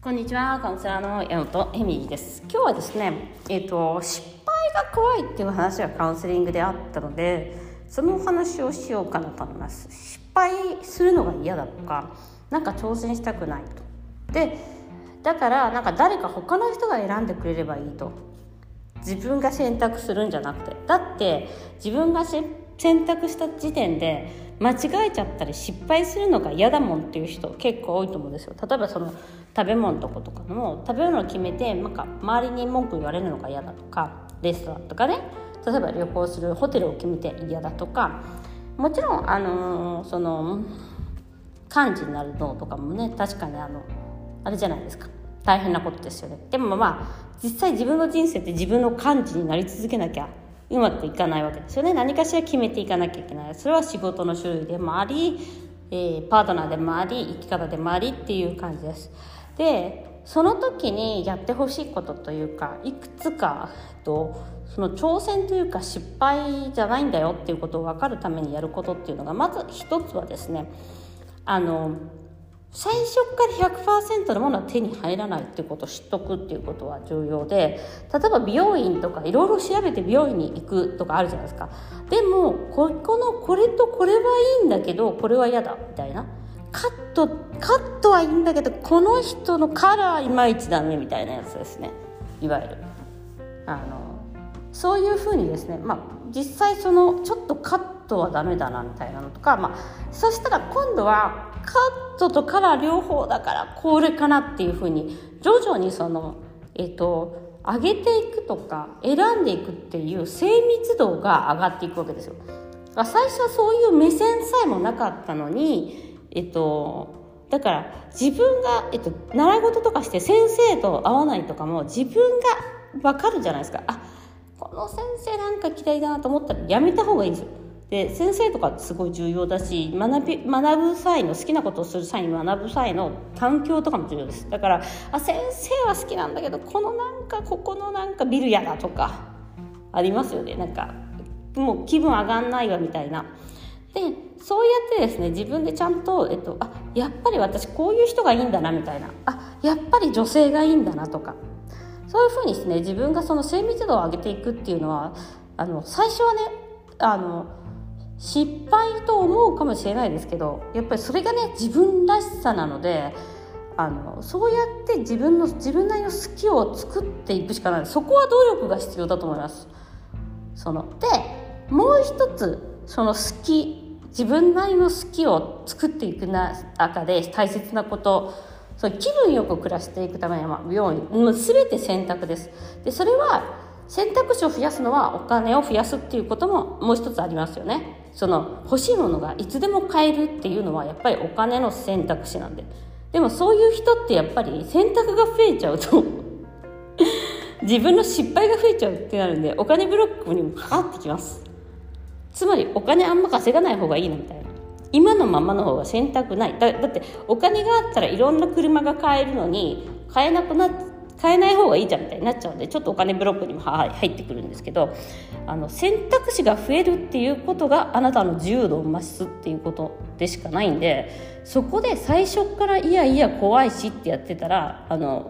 こんにちは、カウンセラーの山本恵美です。今日はですね、失敗が怖いっていう話がカウンセリングであったので、そのお話をしようかなと思います。失敗するのが嫌だとか、なんか挑戦したくないと。で、だからなんか誰か他の人が選んでくれればいいと。自分が選択するんじゃなくて、だって自分が選択した時点で間違えちゃったり失敗するのが嫌だもんっていう人結構多いと思うんですよ。例えばその食べ物とかも食べ物を決めてなんか周りに文句言われるのが嫌だとか、レストランとかね、例えば旅行するホテルを決めて嫌だとか、もちろんその幹事になるのとかもね、確かにあれじゃないですか、大変なことですよね。でも実際自分の人生って自分の幹事になり続けなきゃうまくいかないわけですよね。何かしら決めていかなきゃいけない。それは仕事の種類でもあり、パートナーでもあり、生き方でもありっていう感じです。で、その時にやってほしいことというか、いくつかとその挑戦というか失敗じゃないんだよっていうことを分かるためにやることっていうのが、まず一つはですね、最初から 100% のものは手に入らないっていうことを知っとくっていうことは重要で、例えば美容院とかいろいろ調べて美容院に行くとかあるじゃないですか。でもこれとこれはいいんだけどこれは嫌だみたいな、カットはいいんだけどこの人のカラーいまいちだねみたいなやつですね。いわゆるそういうふうにですね、実際そのちょっとカットはダメだなみたいなのとか、そしたら今度はカットとカラー両方だからこれかなっていうふうに徐々にその上げていくとか選んでいくっていう精密度が上がっていくわけですよ。最初はそういう目線さえもなかったのに、だから自分が、習い事とかして先生と会わないとかも自分が分かるじゃないですか。この先生なんか嫌いだなと思ったらやめた方がいいんですよ。で、先生とかってすごい重要だし、学ぶ際の好きなことをする際に学ぶ際の環境とかも重要です。だから先生は好きなんだけどここのなんかビルやだとかありますよね。なんかもう気分上がんないわみたいな。で、そうやってですね、自分でちゃんと、やっぱり私こういう人がいいんだなみたいな、やっぱり女性がいいんだなとか、そういうふうにですね、自分がその精密度を上げていくっていうのは最初はね失敗と思うかもしれないですけど、やっぱりそれがね自分らしさなので、そうやって自分なりの好きを作っていくしかない。そこは努力が必要だと思います。でもう一つその自分なりの好きを作っていく中で大切なこと、気分よく暮らしていくためには美容院もう全て選択です。で、それは選択肢を増やすのはお金を増やすっていうことももう一つありますよね。欲しいものがいつでも買えるっていうのはやっぱりお金の選択肢なんで。でもそういう人ってやっぱり選択が増えちゃうと自分の失敗が増えちゃうってなるんで、お金ブロックにもかかってきます。つまりお金あんま稼がない方がいいなみたいな、今のままの方が選択ない。だってお金があったらいろんな車が買えるのに買えない方がいいじゃんみたいになっちゃうんで、ちょっとお金ブロックにも入ってくるんですけど、選択肢が増えるっていうことがあなたの自由度を増すっていうことでしかないんで、そこで最初からいや怖いしってやってたら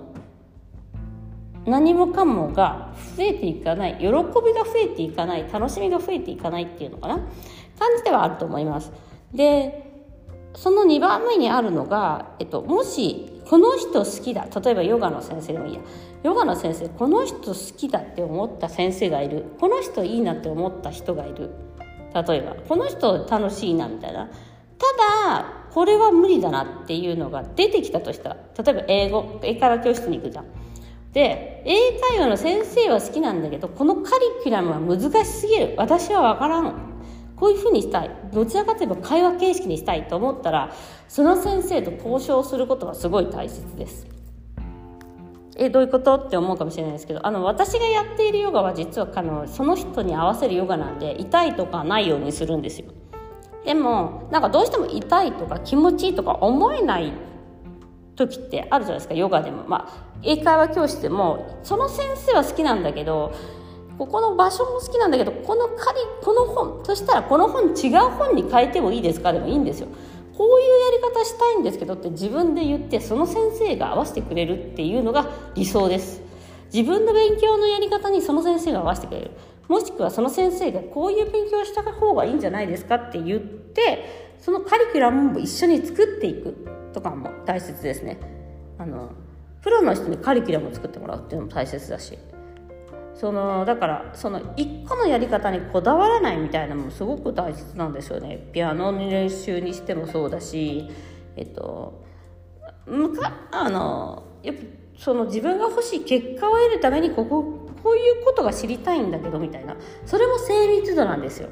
何もかもが増えていかない、喜びが増えていかない、楽しみが増えていかないっていうのかな感じではあると思います。で、その2番目にあるのが、もしこの人好きだ、例えばヨガの先生でもいいや、ヨガの先生この人好きだって思った先生がいる、この人いいなって思った人がいる、例えばこの人楽しいなみたいな、ただこれは無理だなっていうのが出てきたとしたら、例えば英会話教室に行くじゃん。で、英会話の先生は好きなんだけどこのカリキュラムは難しすぎる、私は分からん、こういうふうにしたい、どちらかといえば会話形式にしたいと思ったら、その先生と交渉することはすごい大切です。どういうことって思うかもしれないですけど、私がやっているヨガは実はその人に合わせるヨガなんで、痛いとかないようにするんですよ。でもなんかどうしても痛いとか気持ちいいとか思えない時ってあるじゃないですか。ヨガでも、英会話教室でもその先生は好きなんだけど、ここの場所も好きなんだけど、この本そしたらこの本違う本に変えてもいいですかでもいいんですよ。 こういうやり方したいんですけどって自分で言って、その先生が合わせてくれるっていうのが理想です。自分の勉強のやり方にその先生が合わせてくれる、もしくはその先生がこういう勉強をした方がいいんじゃないですかって言って、そのカリキュラムも一緒に作っていくとかも大切ですね。プロの人にカリキュラムを作ってもらうっていうのも大切だし、だからその一個のやり方にこだわらないみたいなのもすごく大切なんですよね。ピアノの練習にしてもそうだし、やっぱその自分が欲しい結果を得るためにこういうことが知りたいんだけどみたいな、それも精密度なんですよ。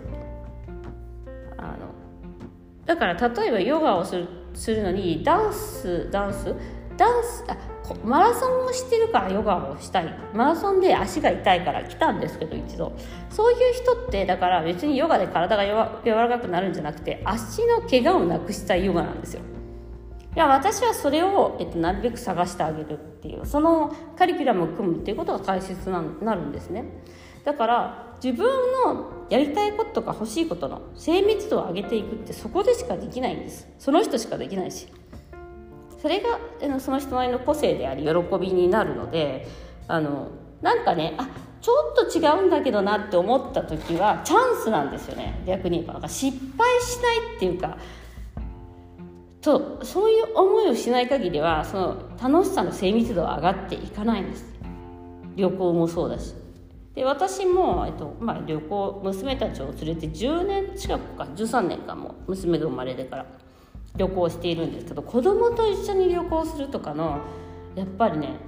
だから例えばヨガをするのにマラソンをしてるからヨガをしたい、マラソンで足が痛いから来たんですけど、一度そういう人ってだから別にヨガで体が柔らかくなるんじゃなくて、足の怪我をなくしたいヨガなんですよ。いや、私はそれを、なるべく探してあげるっていう、そのカリキュラムを組むっていうことが大切になるんですね。だから自分のやりたいこととか欲しいことの精密度を上げていくって、そこでしかできないんです。その人しかできないし、それがその人なりの個性であり喜びになるので、なんかね、ちょっと違うんだけどなって思った時はチャンスなんですよね。逆に言えばなんか失敗しないっていうか、そういう思いをしない限りはその楽しさの精密度は上がっていかないんです。旅行もそうだし、で私も、旅行、娘たちを連れて10年近くか13年間も娘が生まれてから旅行しているんですけど、子供と一緒に旅行するとかのやっぱりね、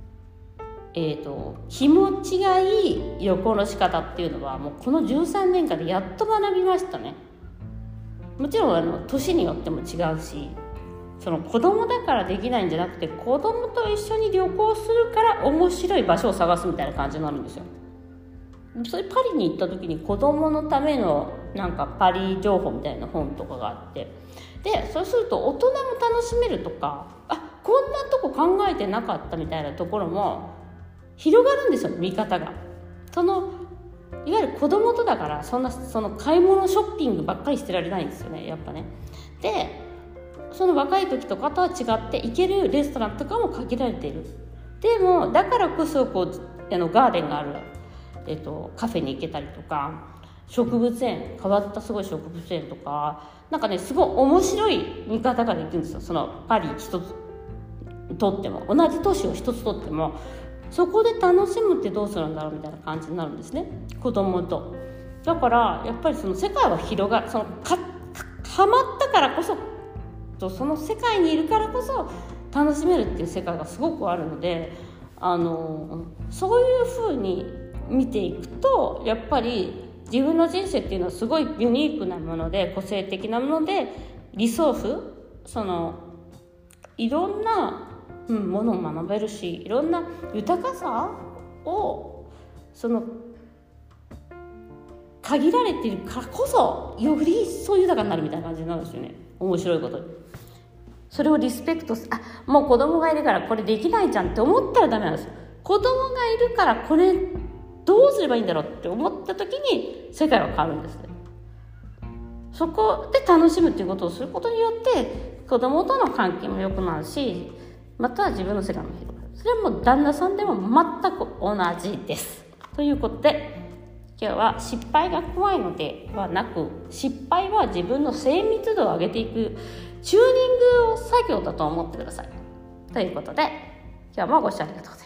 気持ちがいい旅行の仕方っていうのはもうこの13年間でやっと学びましたね。もちろん年によっても違うし、その子供だからできないんじゃなくて、子供と一緒に旅行するから面白い場所を探すみたいな感じになるんですよ。それパリに行った時に子供のためのなんかパリ情報みたいな本とかがあって、でそうすると大人も楽しめるとか、こんなとこ考えてなかったみたいなところも広がるんですよ、見方が。いわゆる子供とだからその買い物ショッピングばっかりしてられないんですよね、やっぱね。でその若い時とかとは違って行けるレストランとかも限られている。でもだからこそガーデンがある、カフェに行けたりとか、植物園、変わったすごい植物園とか、なんかねすごい面白い見方ができるんですよ。そのパリ一つとっても、同じ都市を一つとってもそこで楽しむってどうするんだろうみたいな感じになるんですね、子供と。だからやっぱりその世界は広がる、ハマったからこそ、その世界にいるからこそ楽しめるっていう世界がすごくあるので、そういう風に見ていくと、やっぱり自分の人生っていうのはすごいユニークなもので、個性的なもので、リソース、いろんなものを学べるし、いろんな豊かさを限られているからこそより一層豊かになるみたいな感じになるんですよね。面白いことにそれをリスペクトもう子供がいるからこれできないじゃんって思ったらダメなんですよ。子供がいるからこれどうすればいいんだろうって思った時に世界は変わるんですね。そこで楽しむっていうことをすることによって子供との関係も良くなるし、また自分の世界も広がる。それはもう旦那さんでも全く同じです。ということで今日は失敗が怖いのではなく、失敗は自分の精密度を上げていくチューニング作業だと思ってください。ということで今日もご視聴ありがとうございます。